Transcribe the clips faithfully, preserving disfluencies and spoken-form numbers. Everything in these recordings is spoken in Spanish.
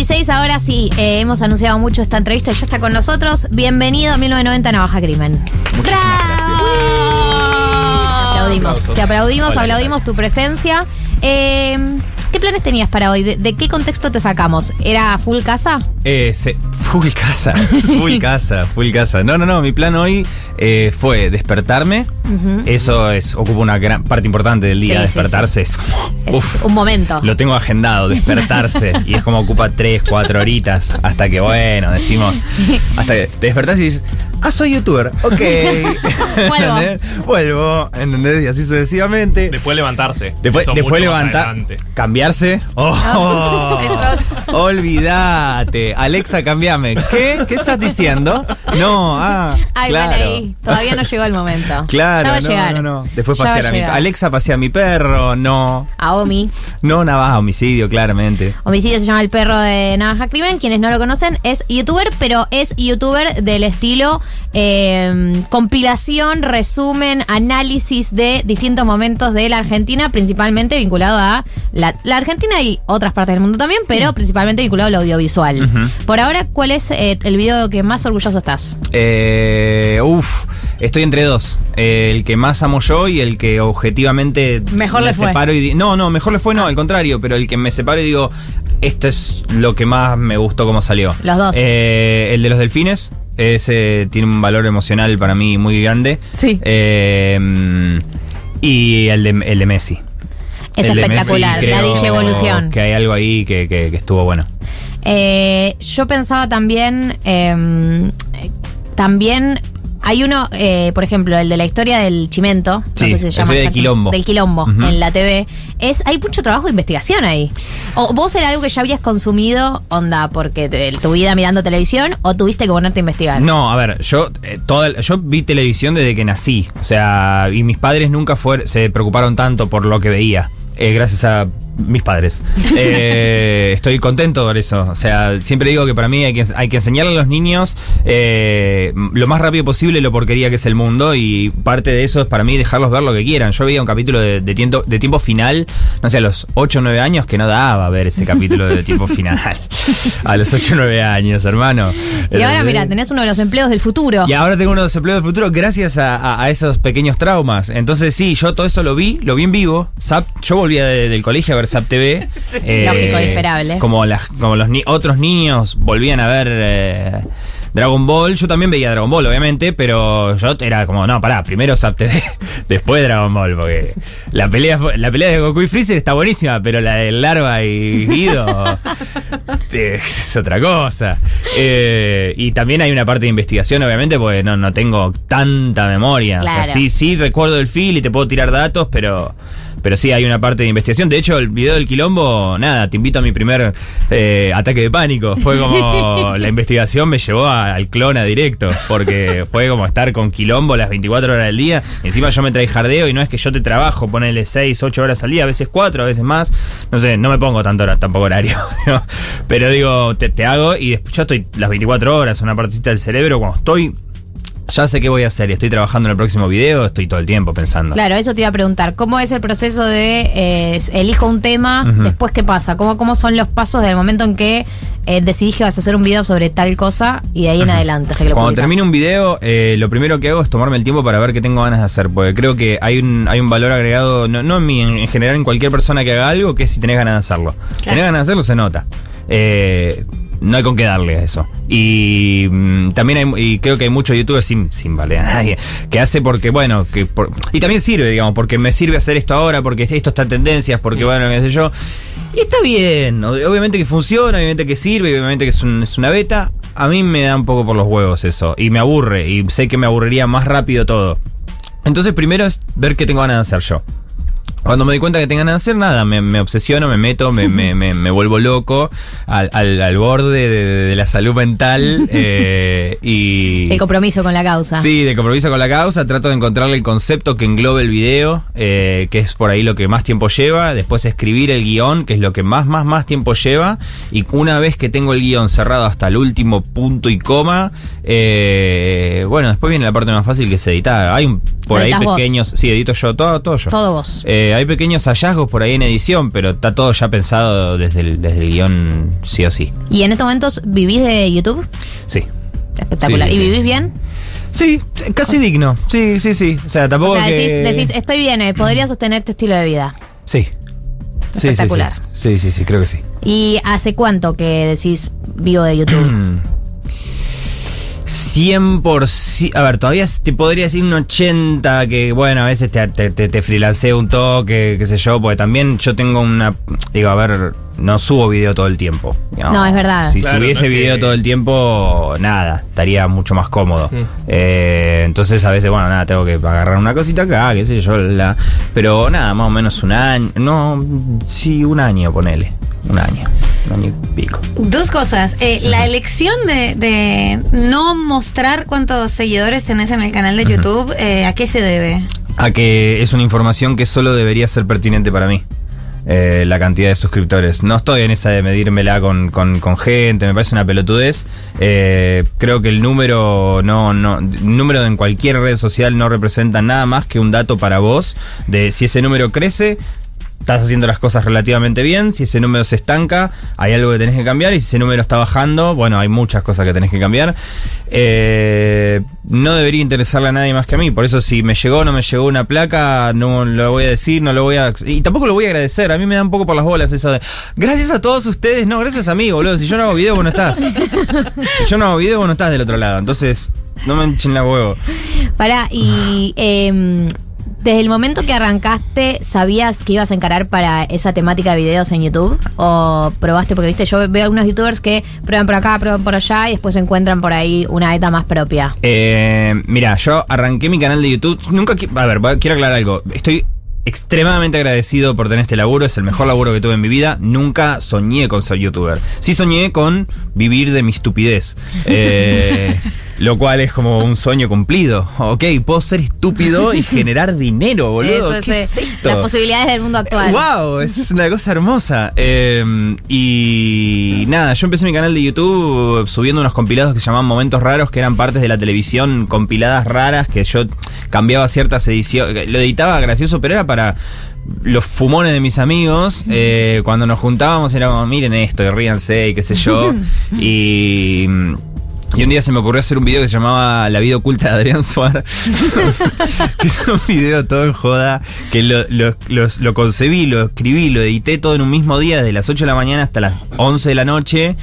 veintiséis, ahora sí, eh, hemos anunciado mucho esta entrevista y ya está con nosotros. Bienvenido a mil novecientos noventa Navaja Crimen. Muchísimas gracias. Te aplaudimos, Aplausos. te aplaudimos, Hola, aplaudimos tu presencia. Eh, ¿Qué planes tenías para hoy? ¿De, de qué contexto te sacamos? ¿Era full casa? Eh, se- full casa, full casa, full casa. No, no, no, mi plan hoy eh, fue despertarme. Ujú. Eso es ocupa una gran parte importante del día. Sí, sí, despertarse es como, Es uf, un momento. lo tengo agendado, despertarse. Y es como ocupa tres, cuatro horitas. Hasta que, bueno, decimos. Hasta que te despertás y dices, ah, soy youtuber. Ok. Vuelvo. ¿Entendés? Vuelvo, ¿entendés? Y así sucesivamente. Después levantarse. Después, Eso después mucho más levantar, adelante. cambiarse. Oh, Eso. olvídate. Alexa, cambiame. ¿Qué? ¿Qué estás diciendo? No, ah, Ay, claro. vale ahí. Todavía no llegó el momento. Claro, Ya va a no, llegar. no, no. Después Ya va pasear a mi llegar. Alexa, pasea a mi perro. No, A Omi. no navaja, homicidio, claramente. Homicidio se llama el perro de Navaja Crimen. Quienes no lo conocen, es youtuber, pero es youtuber del estilo eh, compilación, resumen, análisis de distintos momentos de la Argentina, principalmente vinculado a la, la Argentina y otras partes del mundo también, pero principalmente vinculado al audiovisual. Ujú. Por ahora, ¿cuál es eh, el video que más orgulloso estás? Eh, uf, estoy entre dos. Eh, el que más amo yo y el que objetivamente Mejor me le fue. separo y di- no, no, mejor le fue no, al contrario, pero el que me separo y digo, esto es lo que más me gustó cómo salió. Los dos. Eh, el de los delfines, ese tiene un valor emocional para mí muy grande. Sí. Eh, y el de, el de Messi. Es El de Messi, espectacular, la creo digievolución. Que hay algo ahí que, que- que estuvo bueno. Eh, yo pensaba también, eh, también hay uno, eh, por ejemplo, el de la historia del Chimento, no Sí, sé si se la llama historia del exacto- Quilombo. del Quilombo Ujú. en la T V. Es, hay mucho trabajo de investigación ahí. O vos era algo que ya habías consumido, onda, porque te- tu vida mirando televisión, o tuviste que ponerte a investigar. No, a ver, yo eh, toda, yo vi televisión desde que nací. O sea, y mis padres nunca fuer- se preocuparon tanto por lo que veía. Eh, gracias a mis padres. Eh, estoy contento por eso. O sea, siempre digo que para mí hay que, hay que enseñarle a los niños eh, lo más rápido posible lo porquería que es el mundo. Y parte de eso es para mí dejarlos ver lo que quieran. Yo veía un capítulo de, de, tiempo, de tiempo final, no sé, a los ocho o nueve años que no daba ver ese capítulo de tiempo final. A los ocho o nueve años, hermano. Y ahora, ¿Entendés? mira, tenés uno de los empleos del futuro. Y ahora tengo uno de los empleos del futuro gracias a, a- a esos pequeños traumas. Entonces sí, yo todo eso lo vi, lo vi en vivo. Zap, yo volvía de- del colegio a ver Zap T V. Lógico y esperable. Como, las, como los ni- otros niños volvían a ver eh, Dragon Ball. Yo también veía Dragon Ball, obviamente, pero yo era como, no, pará, primero Zap T V, después Dragon Ball, porque la pelea, fue- la pelea de Goku y Freezer está buenísima, pero la de Larva y Guido es otra cosa. Eh, y también hay una parte de investigación, obviamente, porque no, no tengo tanta memoria. O Claro. sea, sí, sí recuerdo el feel y te puedo tirar datos, pero, pero sí hay una parte de investigación. De hecho, el video del Quilombo, nada, te invito a mi primer eh, ataque de pánico. Fue como la investigación me llevó a- al clona directo, porque fue como estar con Quilombo las veinticuatro horas del día. Encima yo me trae jardeo y no es que yo te trabajo, ponele seis, ocho horas al día, a veces cuatro, a veces más. No sé, no me pongo tanto hora, tampoco horario. ¿no? Pero digo, te, te hago y después yo estoy las veinticuatro horas, una partecita del cerebro, cuando estoy, ya sé qué voy a hacer y estoy trabajando en el próximo video, estoy todo el tiempo pensando. Claro, eso te iba a preguntar. ¿Cómo es el proceso de eh, elijo un tema, Ujú. después qué pasa? ¿Cómo, ¿Cómo son los pasos del momento en que eh, decidís que vas a hacer un video sobre tal cosa y de ahí en adelante? Hasta que lo Cuando publicás? termino un video, eh, lo primero que hago es tomarme el tiempo para ver qué tengo ganas de hacer, porque creo que hay un, hay un valor agregado, no, no en mí, en, en general en cualquier persona que haga algo, que es si tenés ganas de hacerlo. Si tenés ganas de hacerlo, se nota. Eh, no hay con qué darle a eso. Y mm, también hay, y creo que hay muchos youtubers sin, sin valer a nadie, que hace porque, bueno, que por- y también sirve, digamos, porque me sirve hacer esto ahora, porque esto está en tendencias, porque, bueno, qué sé yo. Y está bien, ob- obviamente que funciona, obviamente que sirve, obviamente que es, un- es una beta. A mí me da un poco por los huevos eso, y me aburre, y sé que me aburriría más rápido todo. Entonces primero es ver qué tengo ganas de hacer yo. Cuando me doy cuenta que tengo ganas de hacer nada, me, me obsesiono, me meto, me, me, me, me vuelvo loco al, al, al borde de, de la salud mental eh, y... El compromiso con la causa. Sí, de compromiso con la causa, trato de encontrarle el concepto que englobe el video, eh, que es por ahí lo que más tiempo lleva, después escribir el guión, que es lo que más, más, más tiempo lleva, y una vez que tengo el guión cerrado hasta el último punto y coma, eh, bueno, después viene la parte más fácil que es editar. Hay un, por ahí Editas vos. pequeños, sí, edito yo, todo, todo yo. Todo vos. Eh, Eh, hay pequeños hallazgos por ahí en edición, pero está todo ya pensado desde el, desde el guión sí o sí. ¿Y en estos momentos vivís de YouTube? Sí. Espectacular. Sí, sí, ¿Y sí. vivís bien? Sí, casi digno. Sí, sí, sí. O sea, tampoco O sea, que... decís, decís, estoy bien, eh, podría sostener este estilo de vida. Sí. Sí, Espectacular. Sí, sí, sí, sí, sí, creo que sí. ¿Y hace cuánto que decís vivo de YouTube? cien por ciento. A ver, todavía te podría decir un ochenta, que bueno, a veces te, te, te, te freelanceo un toque, qué sé yo, porque también yo tengo una... Digo, a ver, no subo video todo el tiempo. No, no es verdad. Si Claro, subiese no es video que... todo el tiempo, nada, estaría mucho más cómodo. Mm. Eh, entonces a veces, bueno, nada, tengo que agarrar una cosita acá, qué sé yo, la... Pero nada, más o menos un año, no, sí, un año, ponele. Un año, un año y pico. Dos cosas. Eh, la elección de, de no mostrar cuántos seguidores tenés en el canal de YouTube, eh, ¿a qué se debe? A que es una información que solo debería ser pertinente para mí. Eh, la cantidad de suscriptores. No estoy en esa de medírmela con, con, con gente, me parece una pelotudez. Eh, creo que el número no, no, el número en cualquier red social no representa nada más que un dato para vos de si ese número crece. Estás haciendo las cosas relativamente bien. Si ese número se estanca, hay algo que tenés que cambiar. Y si ese número está bajando, bueno, hay muchas cosas que tenés que cambiar. Eh, no debería interesarle a nadie más que a mí. Por eso, si me llegó o no me llegó una placa, no lo voy a decir, no lo voy a... Y tampoco lo voy a agradecer. A mí me da un poco por las bolas eso de... Gracias a todos ustedes. No, gracias a mí, boludo. Si yo no hago video, vos no estás. Si yo no hago video, vos no estás del otro lado. Entonces, no me echen la huevo. Pará, y... Eh, ¿desde el momento que arrancaste sabías que ibas a encarar para esa temática de videos en YouTube? ¿O probaste? Porque, viste, yo veo algunos youtubers que prueban por acá, prueban por allá y después encuentran por ahí una beta más propia. Eh, mira, yo arranqué mi canal de YouTube. Nunca... A ver, quiero aclarar algo. Estoy... extremadamente agradecido por tener este laburo, es el mejor laburo que tuve en mi vida. Nunca soñé con ser youtuber. Sí soñé con vivir de mi estupidez. Eh, lo cual es como un sueño cumplido. Ok, puedo ser estúpido y generar dinero, boludo. Eso, ¿Qué es, es esto? Las posibilidades del mundo actual. ¡Wow! Es una cosa hermosa. Eh, y nada, yo empecé mi canal de YouTube subiendo unos compilados que se llamaban Momentos Raros, que eran partes de la televisión compiladas raras, que yo cambiaba ciertas ediciones. Lo editaba gracioso, pero era para los fumones de mis amigos. Eh, cuando nos juntábamos era como, miren esto, y ríanse y qué sé yo. y... Y un día se me ocurrió hacer un video que se llamaba La vida oculta de Adrián Suárez. Es un video todo en joda, que lo, lo, lo, lo concebí, lo escribí, lo edité todo en un mismo día, desde las ocho de la mañana hasta las once de la noche.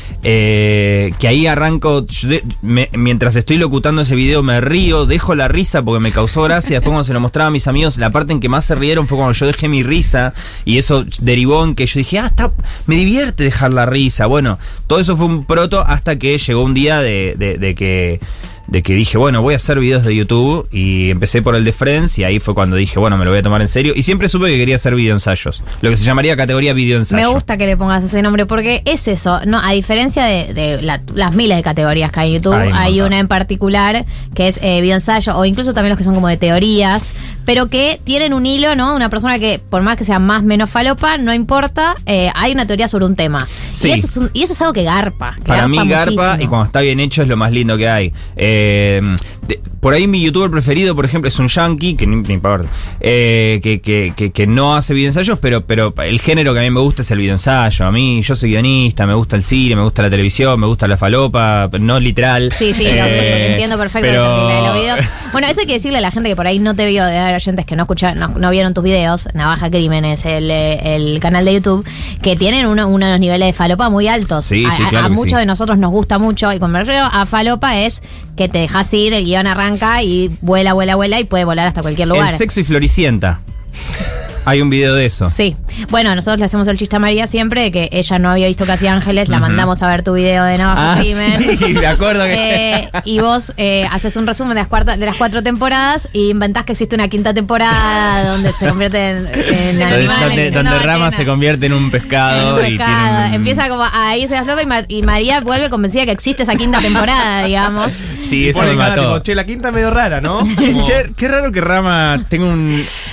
Eh, que ahí arranco, de, me, mientras estoy locutando ese video me río, dejo la risa porque me causó gracia. Después cuando se lo mostraba a mis amigos, la parte en que más se rieron fue cuando yo dejé mi risa, y eso derivó en que yo dije, ah, está, me divierte dejar la risa. Bueno, todo eso fue un proto hasta que llegó un día de, de, de que... de que dije, bueno, voy a hacer videos de YouTube, y empecé por el de Friends, y ahí fue cuando dije, bueno, me lo voy a tomar en serio, y siempre supe que quería hacer videoensayos, lo que se llamaría categoría videoensayo. Me gusta que le pongas ese nombre porque es eso, no, a diferencia de, de la, las miles de categorías que hay en YouTube, hay, hay una en particular que es eh, videoensayo, o incluso también los que son como de teorías, pero que tienen un hilo, ¿no? Una persona que, por más que sea más o menos falopa, no importa, eh, hay una teoría sobre un tema. Sí. Y, eso es un, y eso es algo que garpa. Que Para garpa mí garpa, muchísimo. y cuando está bien hecho es lo más lindo que hay. Eh, de, por ahí mi youtuber preferido, por ejemplo, es un yankee, que ni, ni importa, eh, que, que, que, que no hace videoensayos, pero, pero el género que a mí me gusta es el videoensayo. A mí, yo soy guionista, me gusta el cine, me gusta la televisión, me gusta la falopa, no literal. Sí, sí, eh, lo, lo entiendo perfecto. pero... De los videos. Bueno, eso hay que decirle a la gente que por ahí no te vio, de haber oyentes que no escucharon, no, no vieron tus videos. Navaja Crímenes, el, el canal de YouTube, que tienen uno, unos niveles de falopa muy altos. Sí, a, sí, claro a que muchos sí. de nosotros nos gusta mucho, y cuando me refiero a falopa es que te dejas ir, el guión arranca y vuela, vuela, vuela, y puede volar hasta cualquier lugar. El sexo y Floricienta. Hay un video de eso. Sí. Bueno, nosotros le hacemos el chiste a María siempre de que ella no había visto Casi Ángeles, la Ujú. mandamos a ver tu video de Navaja Ah, Crimen. sí, me acuerdo que... Eh, y vos eh, haces un resumen de las, cuarta, de las cuatro temporadas y inventás que existe una quinta temporada donde se convierte en, en Donde, animales. donde, en donde una Rama ballena. se convierte en un pescado, En un y pescado. tiene un- Empieza como a irse a flopa y, Mar- y María vuelve convencida que existe esa quinta temporada, digamos. Sí, eso Pone me cara mató. tipo, che, la quinta medio rara, ¿no? Qué, Como- cher- qué raro que Rama tenga un,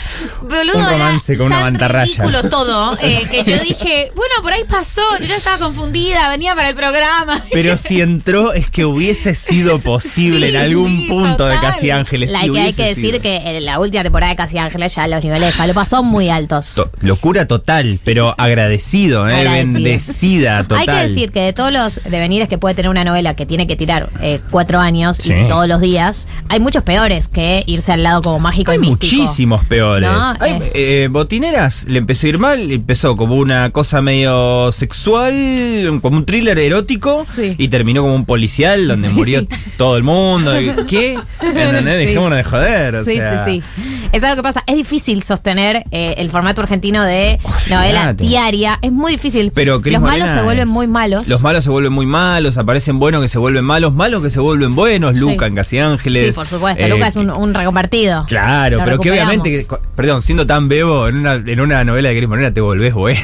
boludo, Un romance era con una tan mantarraya. ridículo todo, eh, que yo dije, bueno, por ahí pasó, yo ya estaba confundida, venía para el programa. Pero si entró, es que hubiese sido posible Sí, en algún sí, punto de total. Casi Ángeles. La que que hay hubiese que decir sido. que en la última temporada de Casi Ángeles ya los niveles de falopa son muy altos. To- locura total, pero agradecido, ¿eh? Agradecido. Bendecida total. Hay que decir que de todos los devenires que puede tener una novela que tiene que tirar eh, cuatro años Sí. y todos los días, hay muchos peores que irse al lado como mágico Hay y místico. muchísimos peores. No, Hay, eh. eh, Botineras le empezó a ir mal, empezó como una cosa medio sexual, como un thriller erótico, Sí. y terminó como un policial donde Sí, murió sí. todo el mundo. y- ¿Qué? ¿Entendés? Sí. Dejémonos de joder. O Sí, sea. sí, sí. Es algo que pasa. Es difícil sostener eh, el formato argentino de Olvídate. novela diaria. Es muy difícil. Pero Cris los malos Morena se vuelven es- muy malos. Los malos se vuelven muy malos, aparecen buenos que se vuelven malos, malos que se vuelven buenos, Sí. Luca en Casi Ángeles. Sí, por supuesto. Eh, Luca es un, un reconvertido. Claro, Lo pero que recuperamos. obviamente, que- co- perdón, siendo tan bebo, en una, en una novela de Cris Morena te volvés bueno.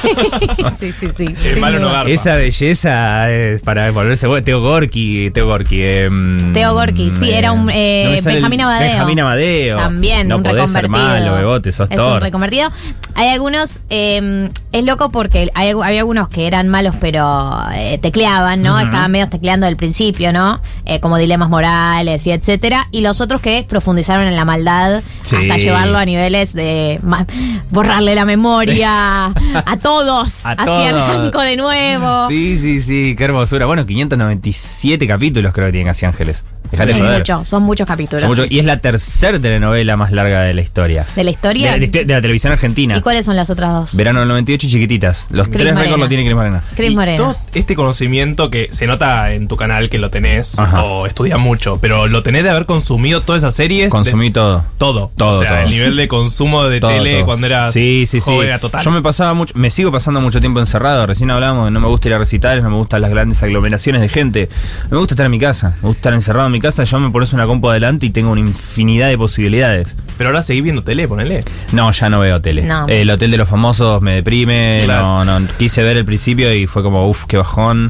sí, sí, sí. El sin malo no duda. garpa. Esa belleza es para volverse bueno. Teo Gorki, Teo Gorki. eh, Teo Gorki, sí, era un, eh, no me sale Benjamín el- Amadeo. Benjamín Amadeo. También, no un podés ser reconvertido. malo, Bebote, sos Es un Thor. reconvertido. Hay algunos, eh, es loco porque hay, había algunos que eran malos pero eh, tecleaban, ¿no? Ujú. Estaban medio tecleando del principio, ¿no? Eh, como dilemas morales y etcétera. Y los otros que profundizaron en la maldad Sí. hasta llevarlo a niveles de ma- borrarle la memoria a todos. A Así todos. arranco de nuevo. Sí, sí, sí, qué hermosura. Bueno, quinientos noventa y siete capítulos creo que tiene Casi Ángeles. Dejate Es joder. mucho, son muchos capítulos. Son muchos- y es la tercera telenovela más larga de la historia. ¿De la historia? De, de- de la televisión argentina. ¿Y cuáles son las otras dos? Verano del noventa y ocho y Chiquititas. Los Cris tres Morena. récords lo tiene Cris Morena. Cris Y Morena. todo este conocimiento que se nota en tu canal que lo tenés Ajá. o estudias mucho, pero lo tenés de haber consumido todas esas series. Consumí de- todo. todo. Todo, O sea, todo. el nivel de consumo de Todo, tele todo. cuando eras sí, sí, joven sí. era total. Yo me pasaba mucho, me sigo pasando mucho tiempo encerrado. Recién hablábamos de no me gusta ir a recitales, no me gustan las grandes aglomeraciones de gente. Me gusta estar en mi casa, me gusta estar encerrado en mi casa. Yo me pones una compu adelante y tengo una infinidad de posibilidades. Pero ahora seguís viendo tele, ponele. No, ya no veo tele. No. Eh, el Hotel de los Famosos me deprime. Claro. No, no. Quise ver el principio y fue como, uff, qué bajón.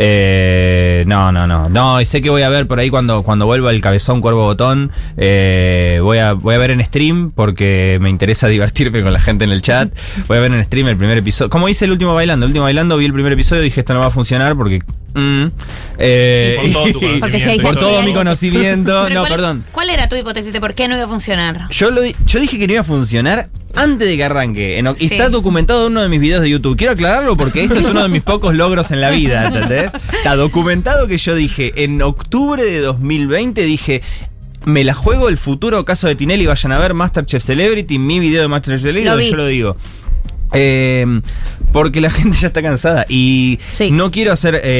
Eh, no, no, no. No, y sé que voy a ver por ahí cuando, cuando vuelva el Cabezón Cuervo Botón. Eh, voy, a, voy a ver en stream porque me interesa divertirme con la gente en el chat. Voy a ver en stream el primer episodio. Como hice el último bailando. El último bailando vi el primer episodio y dije, esto no va a funcionar porque... mm, eh, Con todo tu conocimiento. Porque si hay por gente- todo Sí. mi conocimiento. Pero No, ¿cuál, perdón. ¿Cuál era tu hipótesis de por qué no iba a funcionar? Yo, lo, di- yo dije que no iba a funcionar antes de que arranque. En o- y Sí. está documentado en uno de mis videos de YouTube. Quiero aclararlo porque esto es uno de mis pocos logros en la vida, ¿entendés? Está documentado que yo dije, en octubre de dos mil veinte dije... Me la juego el futuro caso de Tinelli. Vayan a ver Masterchef Celebrity, mi video de Masterchef Celebrity, Lo donde vi. yo lo digo. Eh, porque la gente ya está cansada y Sí. no quiero hacer eh,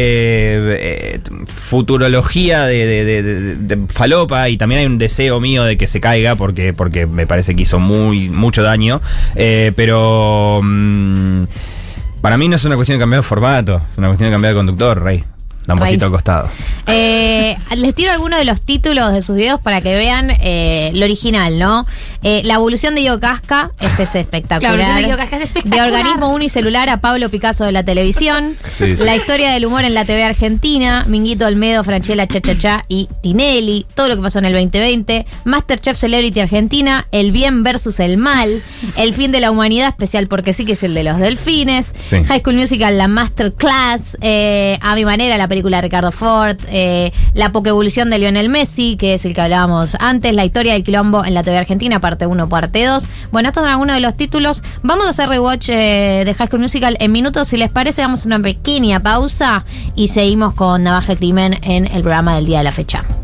eh, futurología de, de- de- de- de falopa, y también hay un deseo mío de que se caiga porque, porque me parece que hizo muy mucho daño, eh, pero mm, para mí no es una cuestión de cambiar de formato, es una cuestión de cambiar de conductor, Rey. Da un Rey. pasito al costado. Eh, les tiro algunos de los títulos de sus videos para que vean eh, lo original, ¿no? Eh, la evolución de Guido Casca, este es espectacular. La evolución de Guido Casca es espectacular. De organismo unicelular a Pablo Picasso de la televisión. Sí, sí. La historia del humor en la T V argentina. Minguito Olmedo, Franchella Cha-Cha-Cha y Tinelli. Todo lo que pasó en el veinte veinte. Masterchef Celebrity Argentina. El bien versus el mal. El fin de la humanidad, especial porque sí que es el de los delfines. Sí. High School Musical, la Masterclass. Eh, a mi manera, la película de Ricardo Ford. Eh, la pokevolución de Lionel Messi, que es el que hablábamos antes. La historia del quilombo en la T V argentina, parte uno, parte dos. Bueno, estos son algunos de los títulos. Vamos a hacer rewatch eh, de High School Musical en minutos. Si les parece, vamos a una pequeña pausa y seguimos con Navaja de Crimen en el programa del día de la fecha.